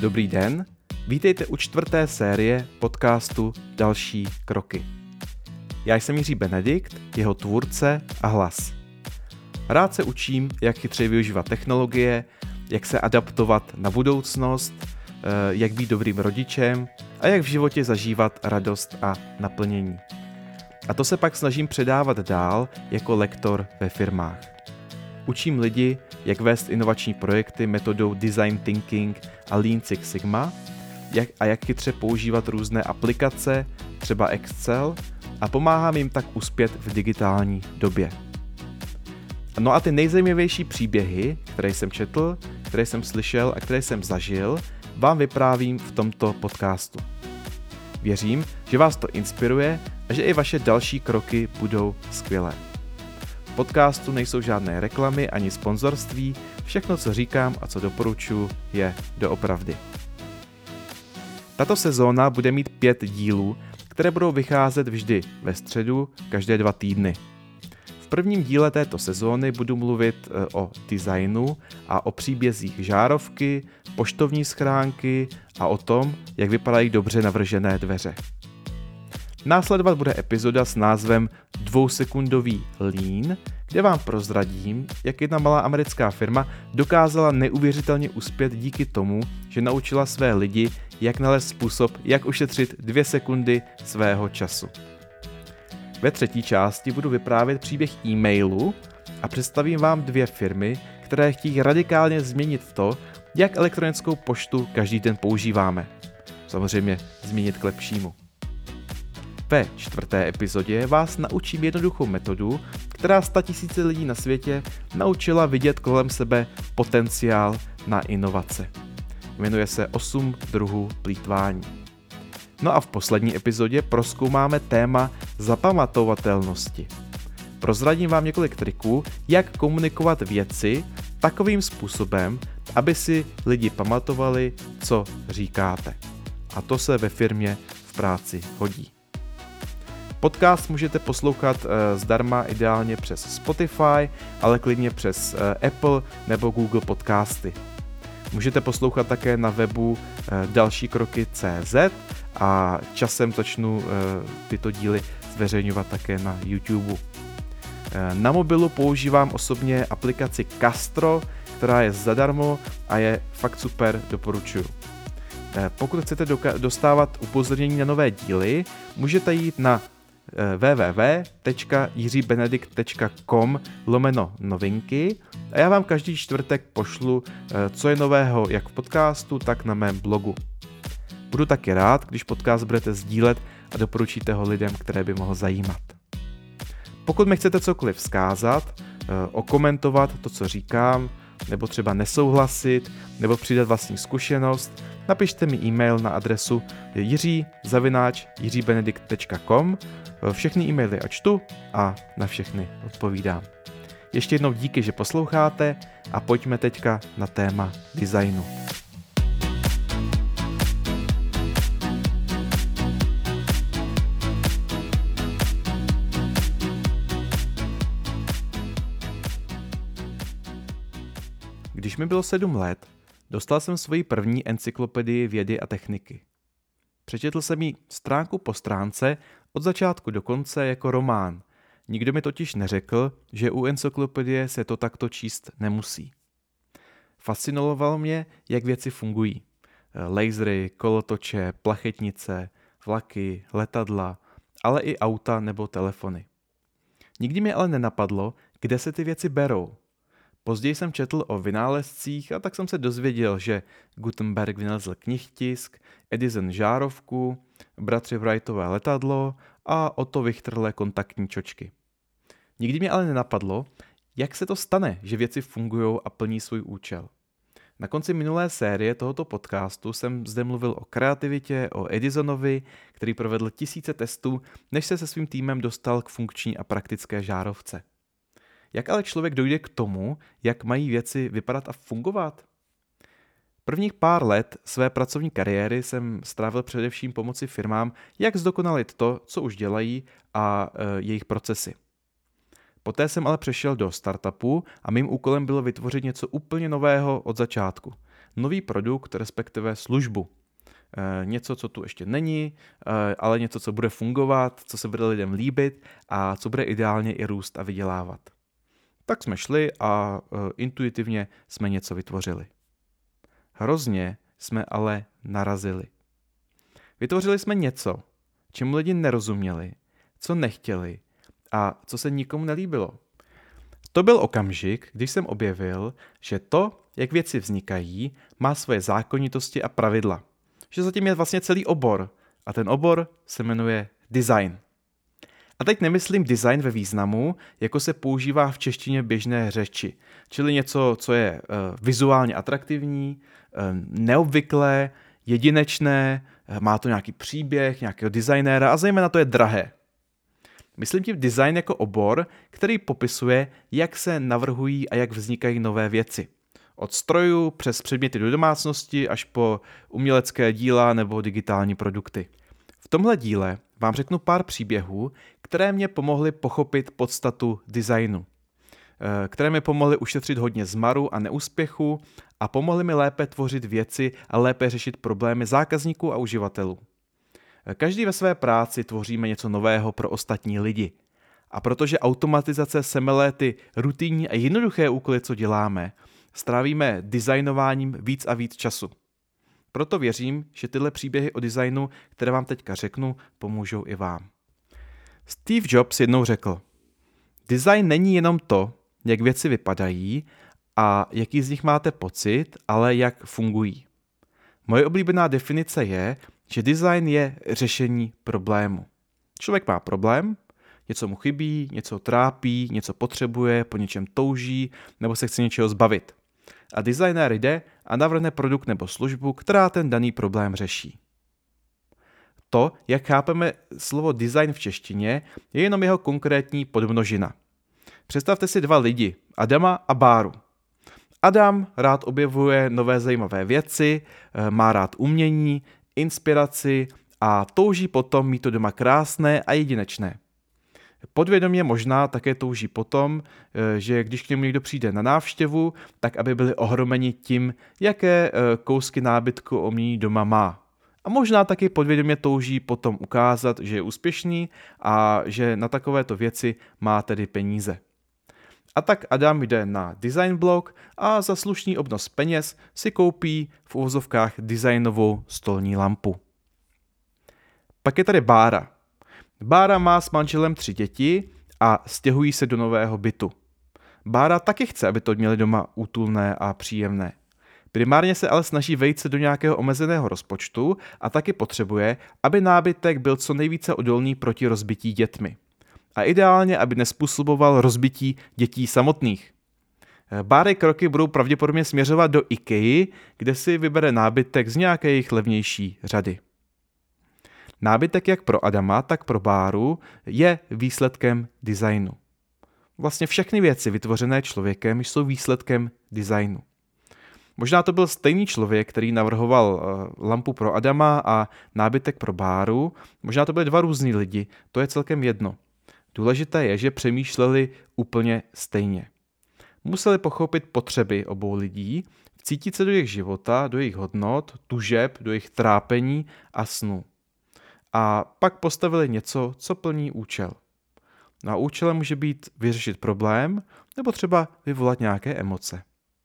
Dobrý den, vítejte u 4. série podcastu Další kroky. Já jsem Jiří Benedikt, jeho tvůrce a hlas. Rád se učím, jak chytřeji využívat technologie, jak se adaptovat na budoucnost, jak být dobrým rodičem a jak v životě zažívat radost a naplnění. A to se pak snažím předávat dál jako lektor ve firmách. Učím lidi, jak vést inovační projekty metodou Design Thinking a Lean Six Sigma a jak chytře používat různé aplikace, třeba Excel, a pomáhám jim tak uspět v digitální době. No a ty nejzajímavější příběhy, které jsem četl, které jsem slyšel a které jsem zažil, vám vyprávím v tomto podcastu. Věřím, že vás to inspiruje a že i vaše další kroky budou skvělé. V podcastu nejsou žádné reklamy ani sponzorství, všechno, co říkám a co doporučuji, je doopravdy. Tato sezóna bude mít 5 dílů, které budou vycházet vždy ve středu každé 2 týdny. V prvním díle této sezóny budu mluvit o designu a o příbězích žárovky, poštovní schránky a o tom, jak vypadají dobře navržené dveře. Následovat bude epizoda s názvem 2sekundový Lean, kde vám prozradím, jak jedna malá americká firma dokázala neuvěřitelně uspět díky tomu, že naučila své lidi, jak nalézt způsob, jak ušetřit 2 sekundy svého času. Ve třetí části budu vyprávět příběh e-mailu a představím vám 2 firmy, které chtějí radikálně změnit to, jak elektronickou poštu každý den používáme. Samozřejmě změnit k lepšímu. Ve 4. epizodě vás naučím jednoduchou metodu, která 100 000 lidí na světě naučila vidět kolem sebe potenciál na inovace. Jmenuje se 8 druhů plýtvání. No a v poslední epizodě prozkoumáme téma zapamatovatelnosti. Prozradím vám několik triků, jak komunikovat věci takovým způsobem, aby si lidi pamatovali, co říkáte. A to se ve firmě v práci hodí. Podcast můžete poslouchat zdarma ideálně přes Spotify, ale klidně přes Apple nebo Google Podcasty. Můžete poslouchat také na webu dalšíkroky.cz a časem začnu tyto díly zveřejňovat také na YouTube. Na mobilu používám osobně aplikaci Castro, která je zadarmo a je fakt super, doporučuji. Pokud chcete dostávat upozornění na nové díly, můžete jít na www.jiřibenedikt.com/novinky a já vám každý čtvrtek pošlu, co je nového jak v podcastu, tak na mém blogu. Budu taky rád, když podcast budete sdílet a doporučíte ho lidem, které by mohl zajímat. Pokud mi chcete cokoliv vzkázat, okomentovat to, co říkám, nebo třeba nesouhlasit, nebo přidat vlastní zkušenost, napište mi e-mail na adresu jiří@jiřibenedikt.com. Všechny e-maily čtu a na všechny odpovídám. Ještě jednou díky, že posloucháte a pojďme teďka na téma designu. Když mi bylo 7 let, dostal jsem svoji první encyklopedii vědy a techniky. Přečetl jsem ji stránku po stránce od začátku do konce jako román. Nikdo mi totiž neřekl, že u encyklopedie se to takto číst nemusí. Fascinovalo mě, jak věci fungují. Lasery, kolotoče, plachetnice, vlaky, letadla, ale i auta nebo telefony. Nikdy mi ale nenapadlo, kde se ty věci berou. Později jsem četl o vynálezcích a tak jsem se dozvěděl, že Gutenberg vynalezl knihtisk, Edison žárovku, bratři Wrightové letadlo a Otto Wichterle kontaktní čočky. Nikdy mě ale nenapadlo, jak se to stane, že věci fungují a plní svůj účel. Na konci minulé série tohoto podcastu jsem zde mluvil o kreativitě, o Edisonovi, který provedl tisíce testů, než se svým týmem dostal k funkční a praktické žárovce. Jak ale člověk dojde k tomu, jak mají věci vypadat a fungovat? Prvních pár let své pracovní kariéry jsem strávil především pomocí firmám, jak zdokonalit to, co už dělají a jejich procesy. Poté jsem ale přešel do startupu a mým úkolem bylo vytvořit něco úplně nového od začátku. nový produkt, respektive službu. Něco, co tu ještě není, ale něco, co bude fungovat, co se bude lidem líbit a co bude ideálně i růst a vydělávat. Tak jsme šli a intuitivně jsme něco vytvořili. Hrozně jsme ale narazili. Vytvořili jsme něco, čemu lidi nerozuměli, co nechtěli a co se nikomu nelíbilo. To byl okamžik, když jsem objevil, že to, jak věci vznikají, má svoje zákonitosti a pravidla. Že zatím je vlastně celý obor a ten obor se jmenuje design. A teď nemyslím design ve významu, jako se používá v češtině běžné řeči, čili něco, co je vizuálně atraktivní, neobvyklé, jedinečné, má to nějaký příběh, nějakého designéra a zejména to je drahé. Myslím tím design jako obor, který popisuje, jak se navrhují a jak vznikají nové věci. Od strojů přes předměty do domácnosti až po umělecké díla nebo digitální produkty. V tomhle díle vám řeknu pár příběhů, které mě pomohly pochopit podstatu designu. Které mi pomohly ušetřit hodně zmaru a neúspěchu a pomohly mi lépe tvořit věci a lépe řešit problémy zákazníků a uživatelů. Každý ve své práci tvoříme něco nového pro ostatní lidi. A protože automatizace semele ty rutinní a jednoduché úkoly, co děláme, strávíme designováním víc a víc času. Proto věřím, že tyhle příběhy o designu, které vám teďka řeknu, pomůžou i vám. Steve Jobs jednou řekl: design není jenom to, jak věci vypadají a jaký z nich máte pocit, ale jak fungují. Moje oblíbená definice je, že design je řešení problému. Člověk má problém, něco mu chybí, něco trápí, něco potřebuje, po něčem touží nebo se chce něčeho zbavit. A designér jde a navrhne produkt nebo službu, která ten daný problém řeší. To, jak chápeme slovo design v češtině, je jenom jeho konkrétní podmnožina. Představte si dva lidi, Adama a Báru. Adam rád objevuje nové zajímavé věci, má rád umění, inspiraci a touží potom mít to doma krásné a jedinečné. Podvědomě možná také touží potom, že když k němu někdo přijde na návštěvu, tak aby byli ohromeni tím, jaké kousky nábytku umění doma má. A možná taky podvědomě touží potom ukázat, že je úspěšný a že na takovéto věci má tedy peníze. A tak Adam jde na design blog a za slušný obnos peněz si koupí v uvozovkách designovou stolní lampu. Pak je tady Bára. Bára má s manželem 3 děti a stěhují se do nového bytu. Bára taky chce, aby to měli doma útulné a příjemné. Primárně se ale snaží vejít se do nějakého omezeného rozpočtu a taky potřebuje, aby nábytek byl co nejvíce odolný proti rozbití dětmi. A ideálně, aby nezpůsoboval rozbití dětí samotných. Báry kroky budou pravděpodobně směřovat do IKEA, kde si vybere nábytek z nějaké jejich levnější řady. Nábytek jak pro Adama, tak pro Báru je výsledkem designu. Vlastně všechny věci vytvořené člověkem jsou výsledkem designu. Možná to byl stejný člověk, který navrhoval lampu pro Adama a nábytek pro Báru. Možná to byly 2 různý lidi, to je celkem jedno. Důležité je, že přemýšleli úplně stejně. Museli pochopit potřeby obou lidí, vcítit se do jejich života, do jejich hodnot, tužeb, do jejich trápení a snů. A pak postavili něco, co plní účel. No a účelem může být vyřešit problém nebo třeba vyvolat nějaké emoce.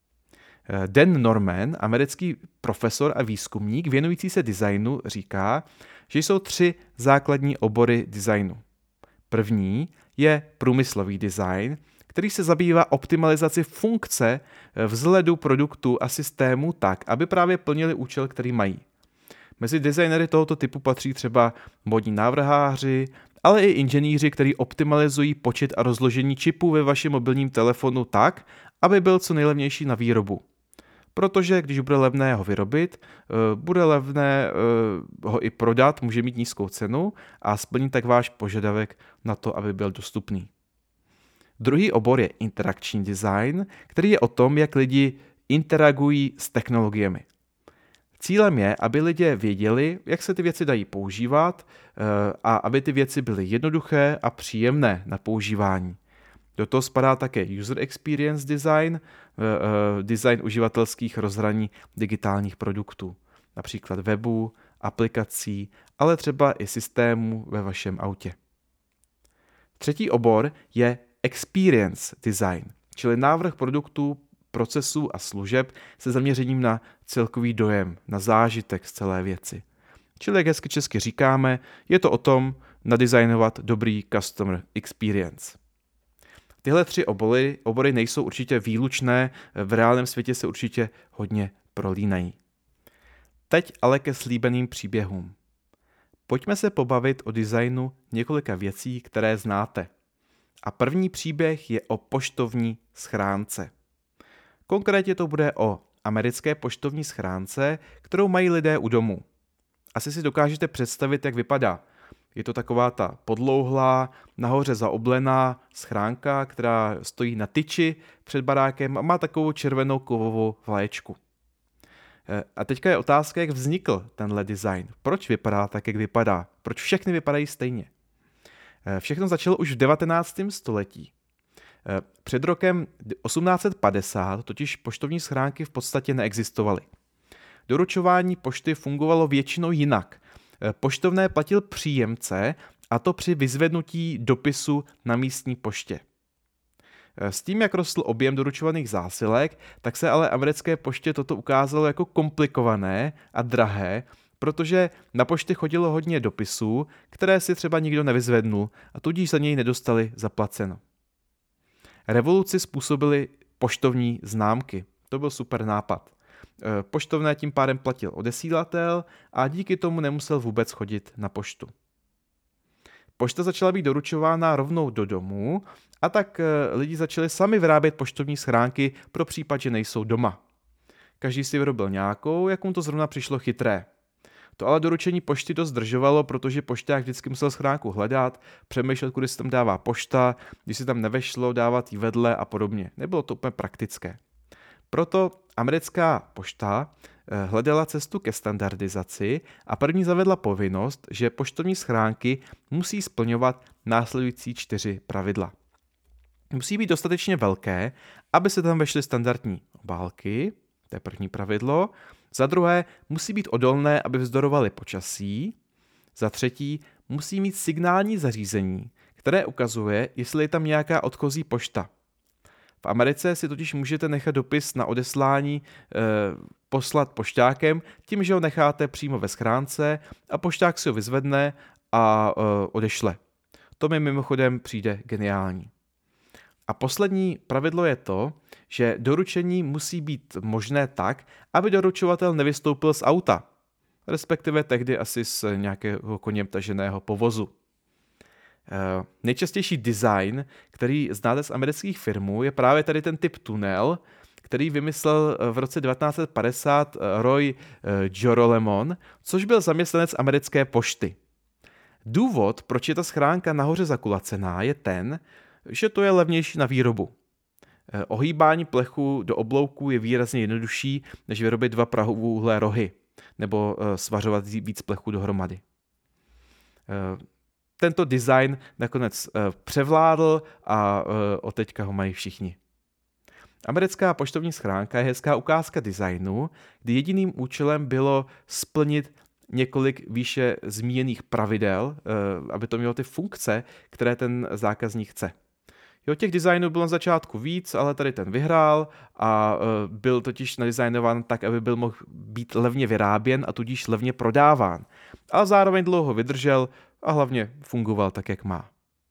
Dan Norman, americký profesor a výzkumník věnující se designu, říká, že jsou 3 základní obory designu. První je průmyslový design, který se zabývá optimalizací funkce vzhledu produktu a systému tak, aby právě plnili účel, který mají. Mezi designery tohoto typu patří třeba modní návrháři, ale i inženýři, kteří optimalizují počet a rozložení čipů ve vašem mobilním telefonu tak, aby byl co nejlevnější na výrobu. Protože když bude levné ho vyrobit, bude levné ho i prodat, může mít nízkou cenu a splní tak váš požadavek na to, aby byl dostupný. Druhý obor je interakční design, který je o tom, jak lidi interagují s technologiemi. Cílem je, aby lidé věděli, jak se ty věci dají používat a aby ty věci byly jednoduché a příjemné na používání. Do toho spadá také user experience design, design uživatelských rozhraní digitálních produktů, například webů, aplikací, ale třeba i systémů ve vašem autě. Třetí obor je experience design, čili návrh produktů, procesů a služeb se zaměřením na celkový dojem, na zážitek z celé věci. Čili, jak hezky česky říkáme, je to o tom nadizajnovat dobrý customer experience. Tyhle tři obory nejsou určitě výlučné, v reálném světě se určitě hodně prolínají. Teď ale ke slíbeným příběhům. Pojďme se pobavit o designu několika věcí, které znáte. A první příběh je o poštovní schránce. Konkrétně to bude o americké poštovní schránce, kterou mají lidé u domu. Asi si dokážete představit, jak vypadá. Je to taková ta podlouhlá, nahoře zaoblená schránka, která stojí na tyči před barákem a má takovou červenou kovovou vlaječku. A teďka je otázka, jak vznikl tenhle design. Proč vypadá tak, jak vypadá? Proč všechny vypadají stejně? Všechno začalo už v 19. století. Před rokem 1850 totiž poštovní schránky v podstatě neexistovaly. Doručování pošty fungovalo většinou jinak. Poštovné platil příjemce, a to při vyzvednutí dopisu na místní poště. S tím, jak rostl objem doručovaných zásilek, tak se ale americké poště toto ukázalo jako komplikované a drahé, protože na poště chodilo hodně dopisů, které si třeba nikdo nevyzvednul a tudíž za něj nedostali zaplaceno. Revoluci způsobily poštovní známky. To byl super nápad. Poštovné tím pádem platil odesílatel a díky tomu nemusel vůbec chodit na poštu. Pošta začala být doručována rovnou do domu a tak lidi začali sami vyrábět poštovní schránky pro případ, že nejsou doma. Každý si vyrobil nějakou, jak mu to zrovna přišlo chytré. To ale doručení pošty dost zdržovalo, protože pošťák vždycky musel schránku hledat, přemýšlet, kudy se tam dává pošta, když se tam nevešlo, dávat ji vedle a podobně. Nebylo to úplně praktické. Proto americká pošta hledala cestu ke standardizaci a první zavedla povinnost, že poštovní schránky musí splňovat následující 4 pravidla. Musí být dostatečně velké, aby se tam vešly standardní obálky, to je první pravidlo. Za druhé, musí být odolné, aby vzdorovaly počasí. Za třetí, musí mít signální zařízení, které ukazuje, jestli je tam nějaká odchozí pošta. V Americe si totiž můžete nechat dopis na odeslání poslat pošťákem tím, že ho necháte přímo ve schránce a pošťák si ho vyzvedne a odešle. To mi mimochodem přijde geniální. A poslední pravidlo je to, že doručení musí být možné tak, aby doručovatel nevystoupil z auta, respektive tehdy asi z nějakého koněm taženého povozu. Nejčastější design, který znáte z amerických firmů, je právě tady ten typ tunel, který vymyslel v roce 1950 Roy Girolemon, což byl zaměstnanec americké pošty. Důvod, proč je ta schránka nahoře zakulacená, je ten, že to je levnější na výrobu. Ohýbání plechu do oblouků je výrazně jednodušší, než vyrobit 2 prahouhlé rohy, nebo svařovat víc plechu dohromady. Tento design nakonec převládl a od teďka ho mají všichni. Americká poštovní schránka je hezká ukázka designu, kdy jediným účelem bylo splnit několik výše zmíněných pravidel, aby to mělo ty funkce, které ten zákazník chce. Těch designů bylo na začátku víc, ale tady ten vyhrál a byl totiž nadizajnován tak, aby byl mohl být levně vyráběn a tudíž levně prodáván. Ale zároveň dlouho vydržel a hlavně fungoval tak, jak má.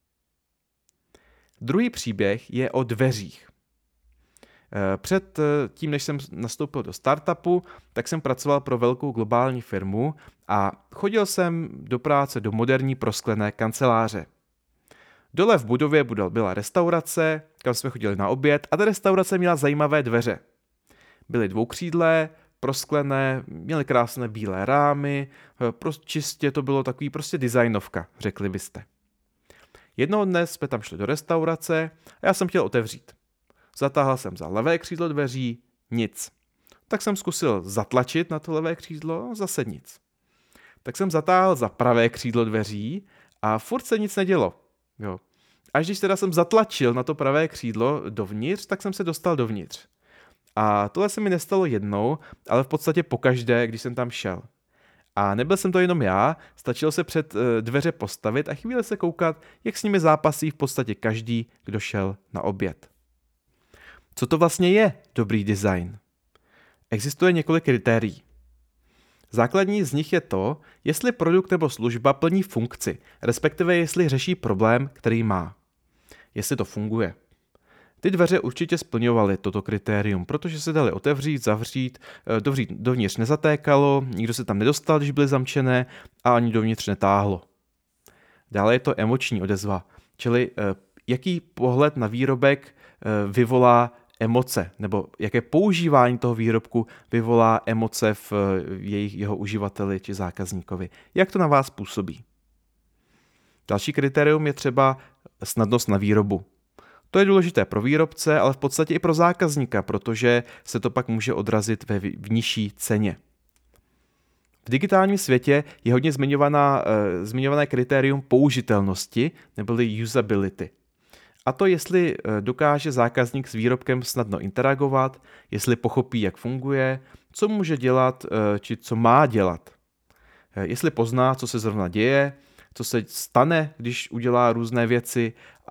Druhý příběh je o dveřích. Před tím, než jsem nastoupil do startupu, tak jsem pracoval pro velkou globální firmu a chodil jsem do práce do moderní prosklené kanceláře. Dole v budově byla restaurace, kam jsme chodili na oběd a ta restaurace měla zajímavé dveře. Byly dvoukřídlé, prosklené, měly krásné bílé rámy, čistě to bylo takový prostě designovka, řekli byste. Jednoho dne jsme tam šli do restaurace a já jsem chtěl otevřít. Zatáhl jsem za levé křídlo dveří, nic. Tak jsem zkusil zatlačit na to levé křídlo, zase nic. Tak jsem zatáhl za pravé křídlo dveří a furt se nic nedělo. Jo. Až když teda jsem zatlačil na to pravé křídlo dovnitř, tak jsem se dostal dovnitř. A tohle se mi nestalo jednou, ale v podstatě pokaždé, když jsem tam šel. A nebyl jsem to jenom já, stačilo se před dveře postavit a chvíli se koukat, jak s nimi zápasí v podstatě každý, kdo šel na oběd. Co to vlastně je dobrý design? Existuje několik kritérií. Základní z nich je to, jestli produkt nebo služba plní funkci, respektive jestli řeší problém, který má. Jestli to funguje. Ty dveře určitě splňovaly toto kritérium, protože se daly otevřít, zavřít, dovnitř nezatékalo, nikdo se tam nedostal, když byly zamčené a ani dovnitř netáhlo. Dále je to emoční odezva, čili jaký pohled na výrobek vyvolá emoce, nebo jaké používání toho výrobku vyvolá emoce v jeho uživateli či zákazníkovi. Jak to na vás působí? Další kritérium je třeba snadnost na výrobu. To je důležité pro výrobce, ale v podstatě i pro zákazníka, protože se to pak může odrazit v nižší ceně. V digitálním světě je hodně zmiňované kritérium použitelnosti, neboli usability. A to, jestli dokáže zákazník s výrobkem snadno interagovat, jestli pochopí, jak funguje, co může dělat, či co má dělat. Jestli pozná, co se zrovna děje, co se stane, když udělá různé věci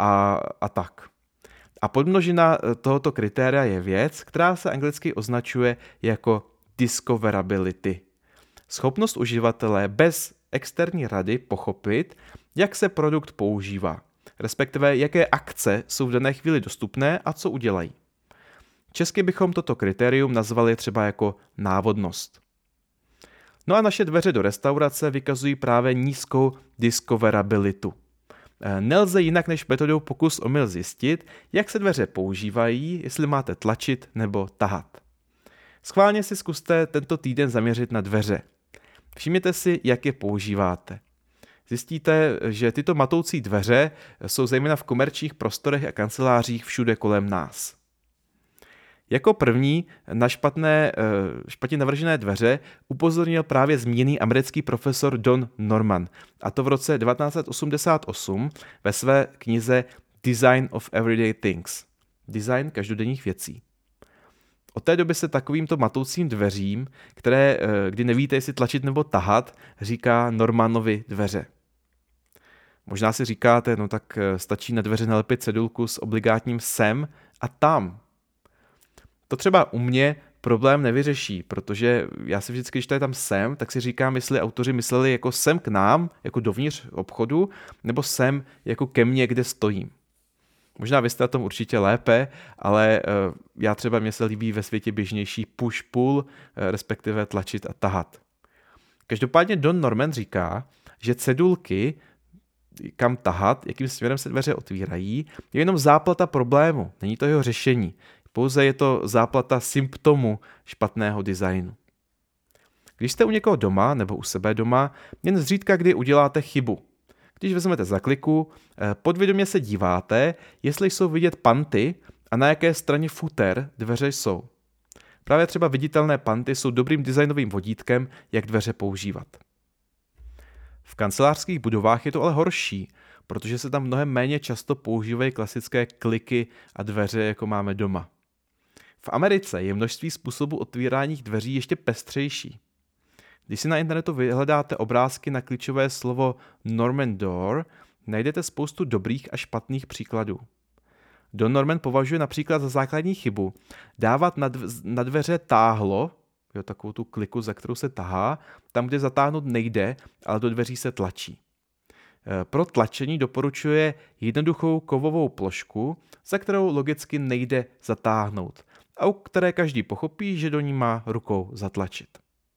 a tak. A podmnožina tohoto kritéria je věc, která se anglicky označuje jako discoverability. Schopnost uživatele bez externí rady pochopit, jak se produkt používá, respektive jaké akce jsou v dané chvíli dostupné a co udělají. Česky bychom toto kritérium nazvali třeba jako návodnost. No a naše dveře do restaurace vykazují právě nízkou discoverabilitu. Nelze jinak než metodou pokus omyl zjistit, jak se dveře používají, jestli máte tlačit nebo tahat. Schválně si zkuste tento týden zaměřit na dveře. Všimněte si, jak je používáte. Zjistíte, že tyto matoucí dveře jsou zejména v komerčních prostorech a kancelářích všude kolem nás. Jako první na špatně navržené dveře upozornil právě zmíněný americký profesor Don Norman, a to v roce 1988 ve své knize Design of Everyday Things, design každodenních věcí. Od té doby se takovýmto matoucím dveřím, kdy nevíte, jestli tlačit nebo tahat, říká Normanovy dveře. Možná si říkáte, no tak stačí na dveře nalepit cedulku s obligátním sem a tam. To třeba u mě problém nevyřeší, protože já si vždycky, když to je tam sem, tak si říkám, jestli autoři mysleli jako sem k nám, jako dovnitř obchodu, nebo sem jako ke mně, kde stojím. Možná vy jste na tom určitě lépe, ale já třeba mě se líbí ve světě běžnější push-pull, respektive tlačit a tahat. Každopádně Don Norman říká, že cedulky, kam tahat, jakým směrem se dveře otvírají, je jenom záplata problému, není to jeho řešení. Pouze je to záplata symptomu špatného designu. Když jste u někoho doma nebo u sebe doma, jen zřídka kdy uděláte chybu. Když vezmete za kliku, podvědomě se díváte, jestli jsou vidět panty a na jaké straně futer dveře jsou. Právě třeba viditelné panty jsou dobrým designovým vodítkem, jak dveře používat. V kancelářských budovách je to ale horší, protože se tam mnohem méně často používají klasické kliky a dveře, jako máme doma. V Americe je množství způsobů otvírání dveří ještě pestřejší. Když si na internetu vyhledáte obrázky na klíčové slovo Norman Door, najdete spoustu dobrých a špatných příkladů. Don Norman považuje například za základní chybu dávat na dveře táhlo, takovou tu kliku, za kterou se tahá, tam, kde zatáhnout nejde, ale do dveří se tlačí. Pro tlačení doporučuje jednoduchou kovovou plošku, za kterou logicky nejde zatáhnout a u které každý pochopí, že do ní má rukou zatlačit.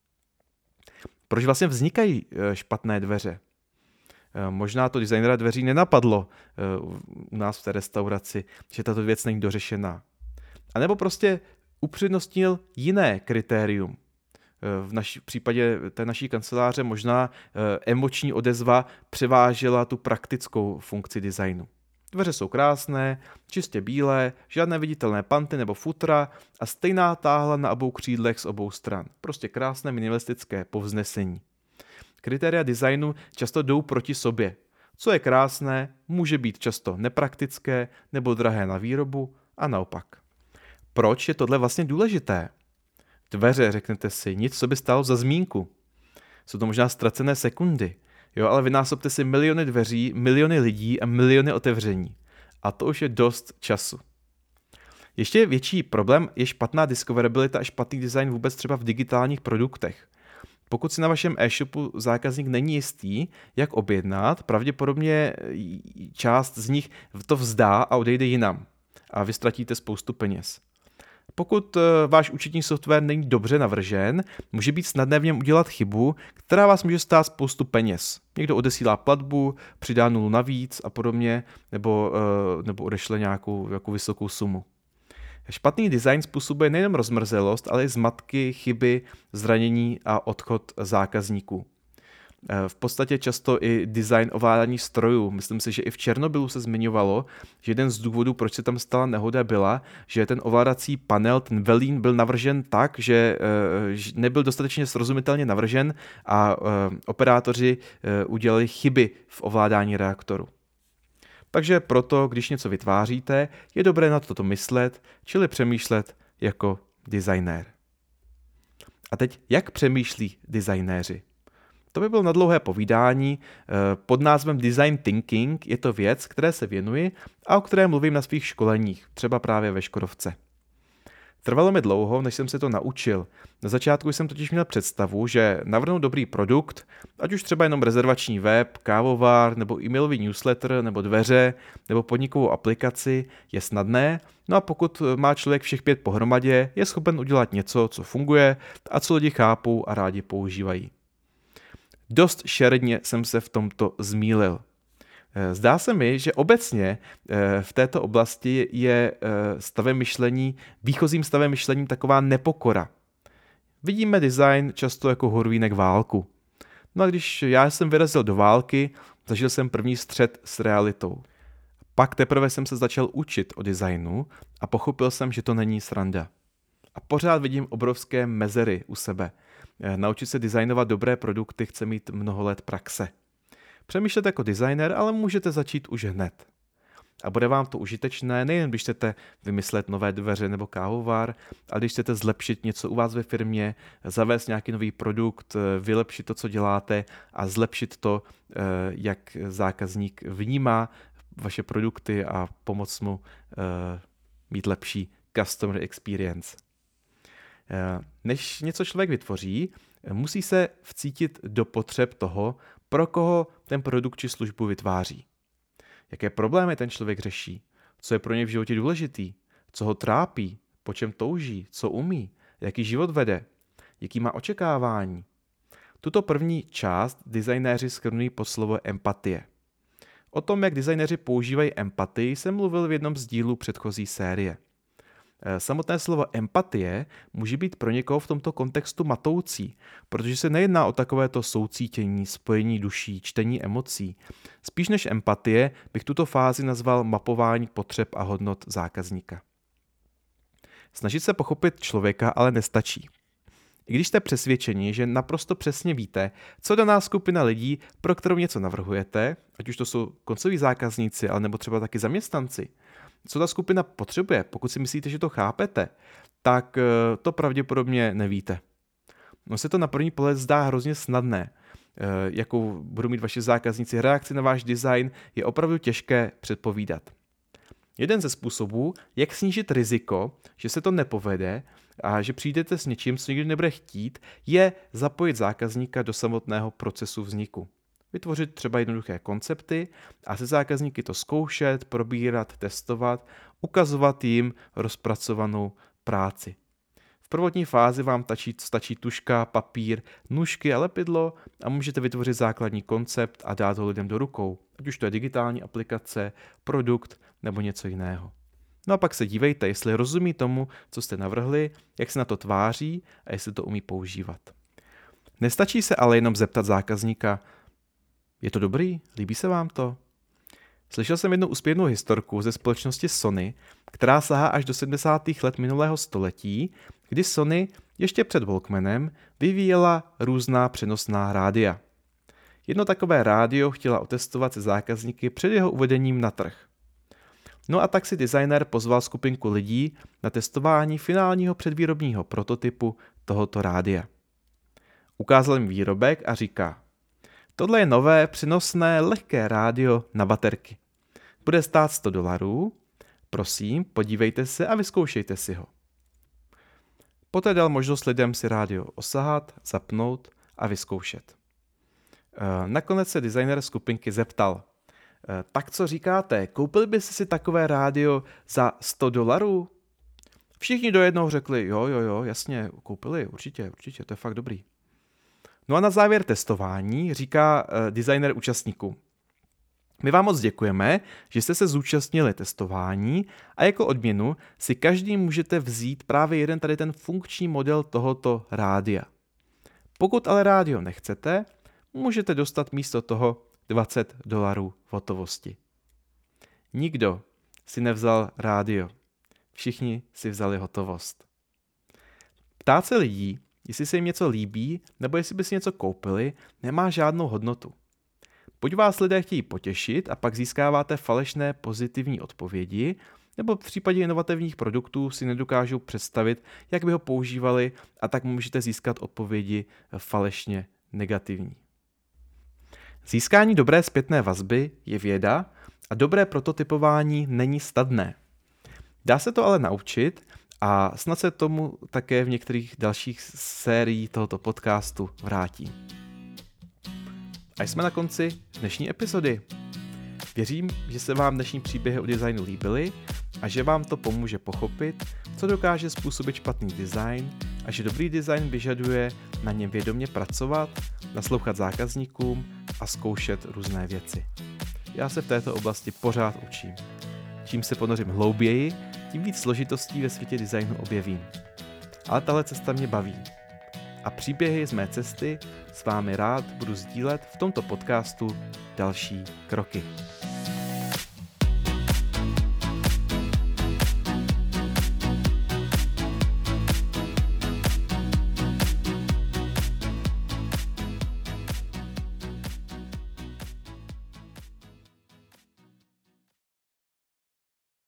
Proč vlastně vznikají špatné dveře? Možná to designera dveří nenapadlo u nás v té restauraci, že tato věc není dořešená. A nebo prostě upřednostnil jiné kritérium. V případě té naší kanceláře možná emoční odezva převážela tu praktickou funkci designu. Dveře jsou krásné, čistě bílé, žádné viditelné panty nebo futra a stejná táhla na obou křídlech z obou stran. Prostě krásné minimalistické povznesení. Kritéria designu často jdou proti sobě. Co je krásné, může být často nepraktické nebo drahé na výrobu a naopak. Proč je tohle vlastně důležité? Dveře, řeknete si, nic, co by stálo za zmínku. Jsou to možná ztracené sekundy, jo, ale vynásobte si miliony dveří, miliony lidí a miliony otevření. A to už je dost času. Ještě větší problém je špatná discoverabilita a špatný design vůbec třeba v digitálních produktech. Pokud si na vašem e-shopu zákazník není jistý, jak objednat, pravděpodobně část z nich to vzdá a odejde jinam. A vy ztratíte spoustu peněz. Pokud váš účetní software není dobře navržen, může být snadné v něm udělat chybu, která vás může stát spoustu peněz. Někdo odesílá platbu, přidá nulu navíc a podobně, nebo odešle nějakou vysokou sumu. Špatný design způsobuje nejen rozmrzelost, ale i zmatky, chyby, zranění a odchod zákazníků. V podstatě často i design ovládání strojů. Myslím si, že i v Černobylu se zmiňovalo, že jeden z důvodů, proč se tam stala nehoda, byla, že ten ovládací panel, ten velín, byl navržen tak, že nebyl dostatečně srozumitelně navržen a operátoři udělali chyby v ovládání reaktoru. Takže proto, když něco vytváříte, je dobré na toto myslet, čili přemýšlet jako designér. A teď, jak přemýšlí designéři? To by bylo na dlouhé povídání. Pod názvem Design Thinking je to věc, které se věnuji a o které mluvím na svých školeních, třeba právě ve Škodovce. Trvalo mi dlouho, než jsem se to naučil. Na začátku jsem totiž měl představu, že navrhnout dobrý produkt, ať už třeba jenom rezervační web, kávovar, nebo e-mailový newsletter, nebo dveře, nebo podnikovou aplikaci, je snadné, no a pokud má člověk všech 5 pohromadě, je schopen udělat něco, co funguje a co lidi chápou a rádi používají. Dost šeredně jsem se v tomto zmýlil. Zdá se mi, že obecně v této oblasti je výchozím stavem myšlení taková nepokora. Vidíme design často jako horvínek válku. No a když já jsem vyrazil do války, zažil jsem první střet s realitou. Pak teprve jsem se začal učit o designu a pochopil jsem, že to není sranda. A pořád vidím obrovské mezery u sebe. Naučit se designovat dobré produkty chce mít mnoho let praxe. Přemýšlet jako designer, ale můžete začít už hned. A bude vám to užitečné nejen když chcete vymyslet nové dveře nebo kávovar, ale když chcete zlepšit něco u vás ve firmě, zavést nějaký nový produkt, vylepšit to, co děláte a zlepšit to, jak zákazník vnímá vaše produkty a pomoct mu mít lepší customer experience. Než něco člověk vytvoří, musí se vcítit do potřeb toho, pro koho ten produkt či službu vytváří. Jaké problémy ten člověk řeší, co je pro něj v životě důležitý, co ho trápí, po čem touží, co umí, jaký život vede, jaký má očekávání. Tuto první část designéři shrnují pod slovo empatie. O tom, jak designéři používají empatii, jsem mluvil v jednom z dílů předchozí série. Samotné slovo empatie může být pro někoho v tomto kontextu matoucí, protože se nejedná o takovéto soucítění, spojení duší, čtení emocí. Spíš než empatie bych tuto fázi nazval mapování potřeb a hodnot zákazníka. Snažit se pochopit člověka ale nestačí. I když jste přesvědčeni, že naprosto přesně víte, co daná skupina lidí, pro kterou něco navrhujete, ať už to jsou koncoví zákazníci, ale nebo třeba taky zaměstnanci, co ta skupina potřebuje, pokud si myslíte, že to chápete, tak to pravděpodobně nevíte. No se to na první pohled zdá hrozně snadné. Jakou budou mít vaši zákazníci reakci na váš design, je opravdu těžké předpovídat. Jeden ze způsobů, jak snížit riziko, že se to nepovede a že přijdete s něčím, co nikdy nebude chtít, je zapojit zákazníka do samotného procesu vzniku. Vytvořit třeba jednoduché koncepty a se zákazníky to zkoušet, probírat, testovat, ukazovat jim rozpracovanou práci. V prvotní fázi vám stačí tužka, papír, nůžky a lepidlo a můžete vytvořit základní koncept a dát ho lidem do rukou, ať už to je digitální aplikace, produkt nebo něco jiného. No a pak se dívejte, jestli rozumí tomu, co jste navrhli, jak se na to tváří a jestli to umí používat. Nestačí se ale jenom zeptat zákazníka, je to dobrý? Líbí se vám to? Slyšel jsem jednu úspěšnou historku ze společnosti Sony, která sahá až do 70. let minulého století, kdy Sony ještě před Walkmanem vyvíjela různá přenosná rádia. Jedno takové rádio chtěla otestovat se zákazníky před jeho uvedením na trh. No a tak si designer pozval skupinku lidí na testování finálního předvýrobního prototypu tohoto rádia. Ukázal jim výrobek a říká: tohle je nové, přenosné, lehké rádio na baterky. Bude stát $100. Prosím, podívejte se a vyzkoušejte si ho. Poté dal možnost lidem si rádio osahat, zapnout a vyzkoušet. Nakonec se designer skupinky zeptal: tak co říkáte, koupili byste si takové rádio za $100? Všichni dojednou řekli: jo, jasně, koupili, určitě, to je fakt dobrý. No a na závěr testování říká designer účastníkům: my vám moc děkujeme, že jste se zúčastnili testování a jako odměnu si každý můžete vzít právě jeden tady ten funkční model tohoto rádia. Pokud ale rádio nechcete, můžete dostat místo toho $20 v hotovosti. Nikdo si nevzal rádio. Všichni si vzali hotovost. Ptát se lidí, jestli se jim něco líbí nebo jestli by si něco koupili, nemá žádnou hodnotu. Buď vás lidé chtějí potěšit a pak získáváte falešné pozitivní odpovědi, nebo v případě inovativních produktů si nedokážou představit, jak by ho používali, a tak můžete získat odpovědi falešně negativní. Získání dobré zpětné vazby je věda a dobré prototypování není snadné. Dá se to ale naučit a snad se tomu také v některých dalších sériích tohoto podcastu vrátím. A jsme na konci dnešní epizody. Věřím, že se vám dnešní příběhy o designu líbily a že vám to pomůže pochopit, co dokáže způsobit špatný design a že dobrý design vyžaduje na něm vědomě pracovat, naslouchat zákazníkům a zkoušet různé věci. Já se v této oblasti pořád učím. Čím se ponořím hlouběji, tím víc složitostí ve světě designu objevím. Ale tahle cesta mě baví. A příběhy z mé cesty s vámi rád budu sdílet v tomto podcastu Další kroky.